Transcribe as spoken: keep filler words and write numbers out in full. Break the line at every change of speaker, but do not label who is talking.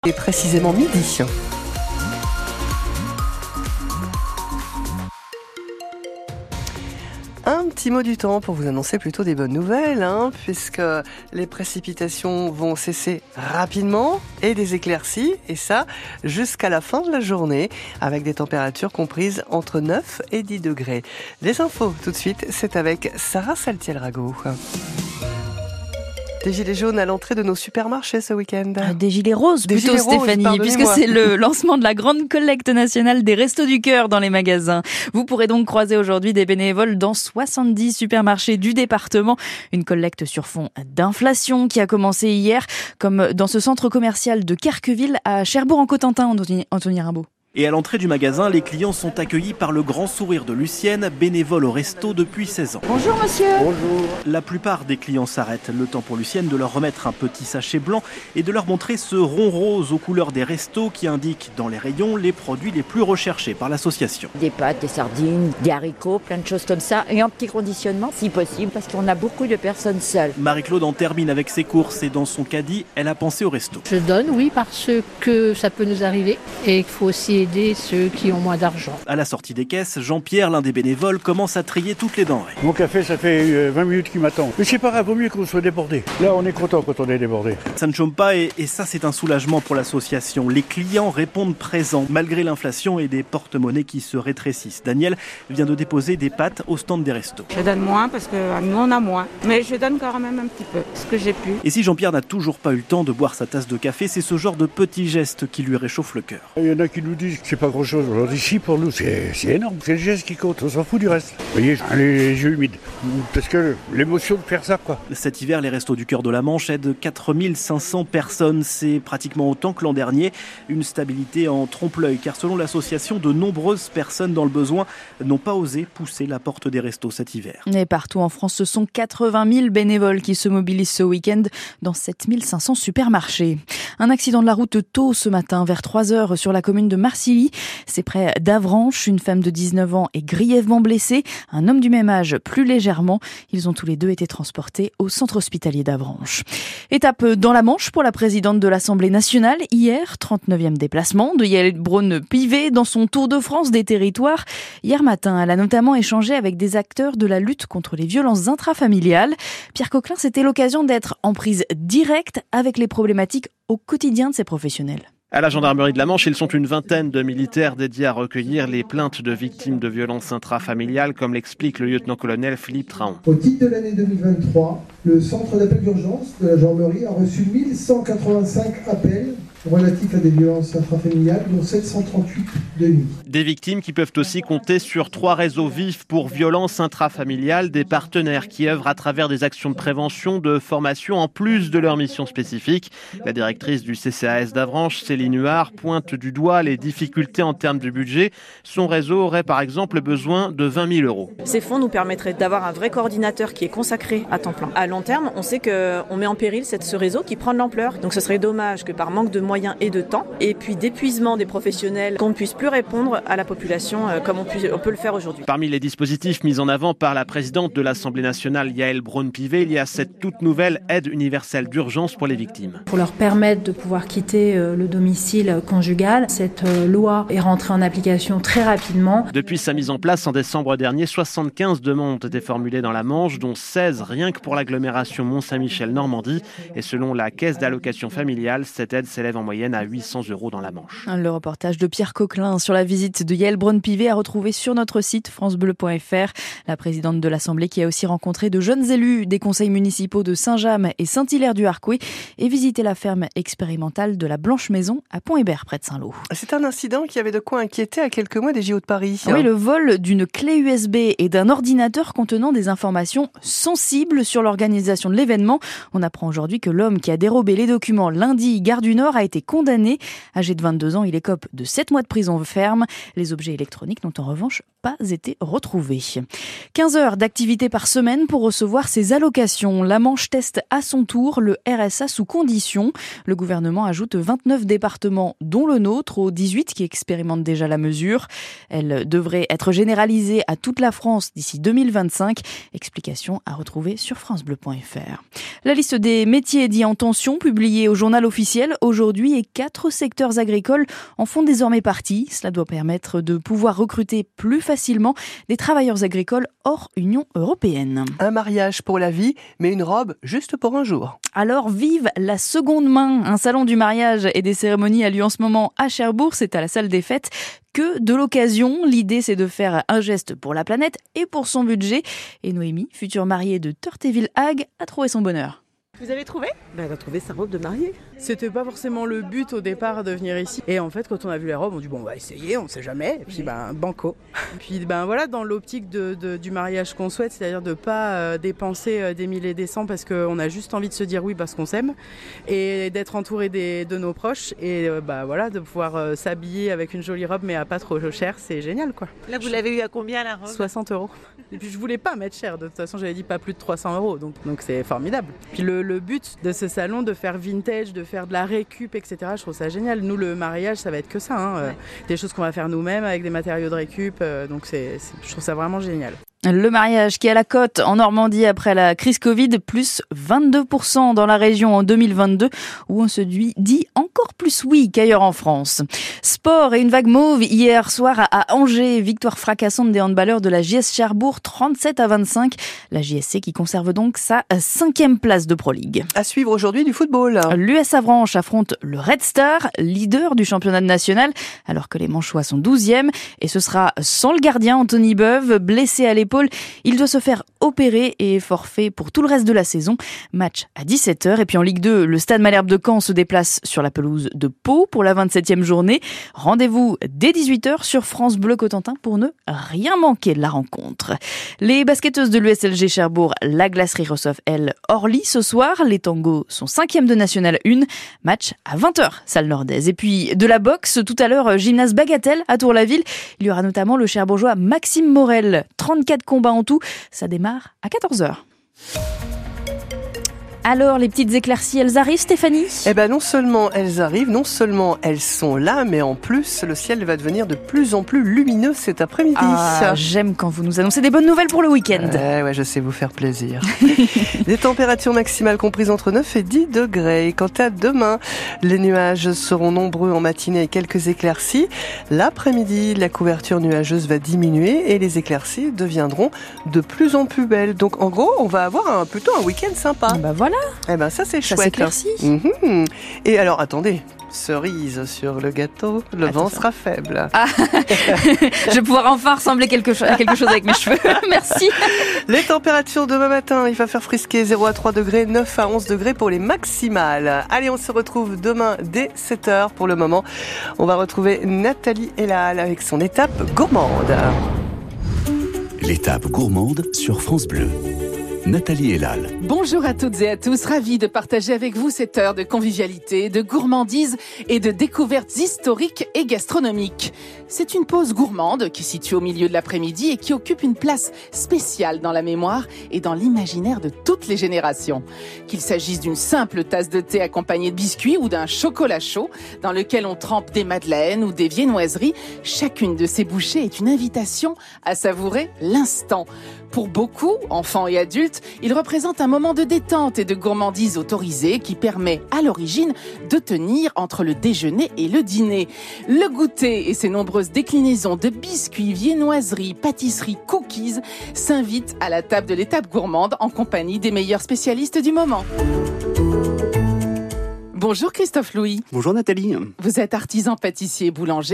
Et précisément midi. Un petit mot du temps pour vous annoncer plutôt des bonnes nouvelles, hein, puisque les précipitations vont cesser rapidement et des éclaircies, et ça jusqu'à la fin de la journée, avec des températures comprises entre neuf et dix degrés. Les infos tout de suite, c'est avec Sarah Saltiel-Rago. Des gilets jaunes à l'entrée de nos supermarchés ce week-end.
Des gilets roses
des
plutôt,
gilets roses,
Stéphanie, puisque c'est le lancement de la grande collecte nationale des Restos du Cœur dans les magasins. Vous pourrez donc croiser aujourd'hui des bénévoles dans soixante-dix supermarchés du département. Une collecte sur fond d'inflation qui a commencé hier, comme dans ce centre commercial de Querqueville à Cherbourg-en-Cotentin, Anthony, Anthony Rimbaud.
Et à l'entrée du magasin, les clients sont accueillis par le grand sourire de Lucienne, bénévole au resto depuis seize ans.
Bonjour monsieur.
Bonjour. La plupart des clients s'arrêtent. Le temps pour Lucienne de leur remettre un petit sachet blanc et de leur montrer ce rond rose aux couleurs des restos qui indique dans les rayons les produits les plus recherchés par l'association.
Des pâtes, des sardines, des haricots, plein de choses comme ça. Et en petit conditionnement si possible parce qu'on a beaucoup de personnes seules.
Marie-Claude en termine avec ses courses et dans son caddie, elle a pensé au resto.
Je donne, oui, parce que ça peut nous arriver et il faut aussi aider ceux qui ont moins d'argent.
À la sortie des caisses, Jean-Pierre, l'un des bénévoles, commence à trier toutes les denrées.
Mon café, ça fait vingt minutes qu'il m'attend. Mais c'est pas grave, vaut mieux qu'on soit débordé. Là, on est content quand on est débordé.
Ça ne chôme pas et, et ça, c'est un soulagement pour l'association. Les clients répondent présents, malgré l'inflation et des porte-monnaies qui se rétrécissent. Daniel vient de déposer des pâtes au stand des restos.
Je donne moins parce que nous, on a moins. Mais je donne quand même un petit peu, ce que j'ai pu.
Et si Jean-Pierre n'a toujours pas eu le temps de boire sa tasse de café, c'est ce genre de petits gestes qui lui réchauffe le cœur.
Il y en a qui nous disent que c'est pas grand-chose. Alors ici, pour nous, c'est, c'est énorme. C'est le geste qui compte. On s'en fout du reste. Vous voyez, j'ai les yeux humides. Parce que l'émotion de faire ça, quoi.
Cet hiver, les Restos du Cœur de la Manche aident quatre mille cinq cents personnes. C'est pratiquement autant que l'an dernier. Une stabilité en trompe-l'œil, car selon l'association, de nombreuses personnes dans le besoin n'ont pas osé pousser la porte des restos cet hiver.
Et partout en France, ce sont quatre-vingt mille bénévoles qui se mobilisent ce week-end dans sept mille cinq cents supermarchés. Un accident de la route tôt ce matin, vers trois heures, sur la commune de Marcilly. C'est près d'Avranches. Une femme de dix-neuf ans est grièvement blessée. Un homme du même âge, plus légèrement. Ils ont tous les deux été transportés au centre hospitalier d'Avranches. Étape dans la Manche pour la présidente de l'Assemblée nationale. Hier, trente-neuvième déplacement de Yael Braun-Pivet dans son tour de France des territoires. Hier matin, elle a notamment échangé avec des acteurs de la lutte contre les violences intrafamiliales. Pierre Coquelin, c'était l'occasion d'être en prise directe avec les problématiques au quotidien de ces professionnels.
À la gendarmerie de la Manche, ils sont une vingtaine de militaires dédiés à recueillir les plaintes de victimes de violences intrafamiliales, comme l'explique le lieutenant-colonel Philippe Traon.
Au titre de l'année deux mille vingt-trois, le centre d'appel d'urgence de la gendarmerie a reçu mille cent quatre-vingt-cinq appels relatifs à des violences intrafamiliales, dont sept cent trente-huit de nuit.
Des victimes qui peuvent aussi compter sur trois réseaux vifs pour violences intrafamiliales, des partenaires qui œuvrent à travers des actions de prévention, de formation, en plus de leurs missions spécifiques. La directrice du C C A S d'Avranches, Céline Huard, pointe du doigt les difficultés en termes de budget. Son réseau aurait par exemple besoin de vingt mille euros.
Ces fonds nous permettraient d'avoir un vrai coordinateur qui est consacré à temps plein. À long terme, on sait qu'on met en péril cette, ce réseau qui prend de l'ampleur. Donc ce serait dommage que par manque de moyens et de temps, et puis d'épuisement des professionnels, qu'on ne puisse plus répondre à la population euh, comme on, puisse, on peut le faire aujourd'hui.
Parmi les dispositifs mis en avant par la présidente de l'Assemblée nationale, Yael Braun-Pivet, il y a cette toute nouvelle aide universelle d'urgence pour les victimes.
Pour leur permettre de pouvoir quitter euh, le domicile conjugal, cette euh, loi est rentrée en application très rapidement.
Depuis sa mise en place en décembre dernier, soixante-quinze demandes ont été formulées dans la Manche, dont seize rien que pour l'agglomération Mont-Saint-Michel-Normandie. Et selon la caisse d'allocation familiale, cette aide s'élève en moyenne à huit cents euros dans la Manche.
Le reportage de Pierre Coquelin sur la visite de Yael Braun-Pivet à retrouver sur notre site francebleu point f r. La présidente de l'Assemblée qui a aussi rencontré de jeunes élus des conseils municipaux de Saint-James et Saint-Hilaire-du-Harcouët et visité la ferme expérimentale de la Blanche Maison à Pont-Hébert près de Saint-Lô.
C'est un incident qui avait de quoi inquiéter à quelques mois des J O de Paris.
Oui, le vol d'une clé U S B et d'un ordinateur contenant des informations sensibles sur l'organisation de l'événement. On apprend aujourd'hui que l'homme qui a dérobé les documents lundi, gare du Nord, a été condamné. Âgé de vingt-deux ans, il écope de sept mois de prison ferme. Les objets électroniques n'ont en revanche pas été retrouvés. quinze heures d'activité par semaine pour recevoir ses allocations. La Manche teste à son tour le R S A sous condition. Le gouvernement ajoute vingt-neuf départements, dont le nôtre, aux dix-huit qui expérimentent déjà la mesure. Elle devrait être généralisée à toute la France d'ici deux mille vingt-cinq. Explication à retrouver sur francebleu point f r. La liste des métiers dits en tension, publiée au journal officiel aujourd'hui, et quatre secteurs agricoles en font désormais partie. Cela doit permettre de pouvoir recruter plus facilement des travailleurs agricoles hors Union européenne.
Un mariage pour la vie, mais une robe juste pour un jour.
Alors vive la seconde main. Un salon du mariage et des cérémonies a lieu en ce moment à Cherbourg, c'est à la salle des fêtes. Que de l'occasion, l'idée c'est de faire un geste pour la planète et pour son budget. Et Noémie, future mariée de Turtéville-Hague, a trouvé son bonheur.
Vous avez trouvé ?
Ben, elle a trouvé sa robe de mariée.
C'était pas forcément le but au départ de venir ici. Et en fait, quand on a vu les robes, on dit bon, on va essayer, on sait jamais. Et puis, ben, banco. Puis, ben voilà, dans l'optique de, de, du mariage qu'on souhaite, c'est-à-dire de pas euh, dépenser euh, des milliers et des cents parce qu'on a juste envie de se dire oui parce qu'on s'aime et d'être entouré des, de nos proches et euh, ben voilà, de pouvoir euh, s'habiller avec une jolie robe mais à pas trop cher, c'est génial quoi.
Là, vous l'avez eu à combien la robe ?
soixante euros. Et puis, je voulais pas mettre cher. De toute façon, j'avais dit pas plus de trois cents euros. Donc, donc c'est formidable. Puis, le, le but de ce salon, de faire vintage, de faire de la récup, et cetera. Je trouve ça génial. Nous, le mariage, ça va être que ça. Hein. Ouais. Des choses qu'on va faire nous-mêmes avec des matériaux de récup. Euh, donc, c'est, c'est, je trouve ça vraiment génial.
Le mariage qui est à la cote en Normandie après la crise Covid, plus vingt-deux pour cent dans la région en deux mille vingt-deux, où on se dit encore plus oui qu'ailleurs en France. Sport et une vague mauve hier soir à Angers, victoire fracassante des handballeurs de la J S Cherbourg, trente-sept à vingt-cinq. La J S C qui conserve donc sa cinquième place de Pro League.
À suivre aujourd'hui du football.
L'U S Avranches affronte le Red Star, leader du championnat national, alors que les Manchois sont douzième. Et ce sera sans le gardien Anthony Beuve, blessé à l'épaule. Il doit se faire opérer et est forfait pour tout le reste de la saison. Match à dix-sept heures. Et puis en Ligue deux, le Stade Malherbe de Caen se déplace sur la pelouse de Pau pour la vingt-septième journée. Rendez-vous dès dix-huit heures sur France Bleu Cotentin pour ne rien manquer de la rencontre. Les basketteuses de l'U S L G Cherbourg, la glacerie reçoivent elle Orly ce soir. Les tangos sont cinquième de National un. Match à vingt heures, salle Nordaise. Et puis de la boxe, tout à l'heure, gymnase Bagatelle à Tour-la-Ville. Il y aura notamment le Cherbourgeois Maxime Morel. trente-quatre combats en tout. Ça démarre à quatorze heures. Alors, les petites éclaircies, elles arrivent, Stéphanie ?
Eh ben, non seulement elles arrivent, non seulement elles sont là, mais en plus, le ciel va devenir de plus en plus lumineux cet après-midi.
Ah, j'aime quand vous nous annoncez des bonnes nouvelles pour le week-end.
Eh ouais, je sais vous faire plaisir. Les températures maximales comprises entre neuf et dix degrés. Et quant à demain, les nuages seront nombreux en matinée et quelques éclaircies. L'après-midi, la couverture nuageuse va diminuer et les éclaircies deviendront de plus en plus belles. Donc, en gros, on va avoir un, plutôt un week-end sympa.
Bah voilà.
Eh ben ça c'est chouette.
Ça s'éclaircit.
Mmh. Et alors attendez, cerise sur le gâteau, le Attends, vent ça. sera faible.
Ah. Je vais pouvoir enfin ressembler quelque chose, à quelque chose avec mes cheveux. Merci.
Les températures demain matin, il va faire frisquer zéro à trois degrés, neuf à onze degrés pour les maximales. Allez, on se retrouve demain dès sept heures. Pour le moment, on va retrouver Nathalie Elal avec son étape gourmande.
L'étape gourmande sur France Bleu. Nathalie Elal.
Bonjour à toutes et à tous, ravie de partager avec vous cette heure de convivialité, de gourmandise et de découvertes historiques et gastronomiques. C'est une pause gourmande qui se situe au milieu de l'après-midi et qui occupe une place spéciale dans la mémoire et dans l'imaginaire de toutes les générations. Qu'il s'agisse d'une simple tasse de thé accompagnée de biscuits ou d'un chocolat chaud dans lequel on trempe des madeleines ou des viennoiseries, chacune de ces bouchées est une invitation à savourer l'instant. Pour beaucoup, enfants et adultes, il représente un moment de détente et de gourmandise autorisé qui permet à l'origine de tenir entre le déjeuner et le dîner. Le goûter et ses nombreuses déclinaisons de biscuits, viennoiseries, pâtisseries, cookies s'invitent à la table de l'étape gourmande en compagnie des meilleurs spécialistes du moment. Bonjour Christophe Louis.
Bonjour Nathalie.
Vous êtes artisan pâtissier et boulanger.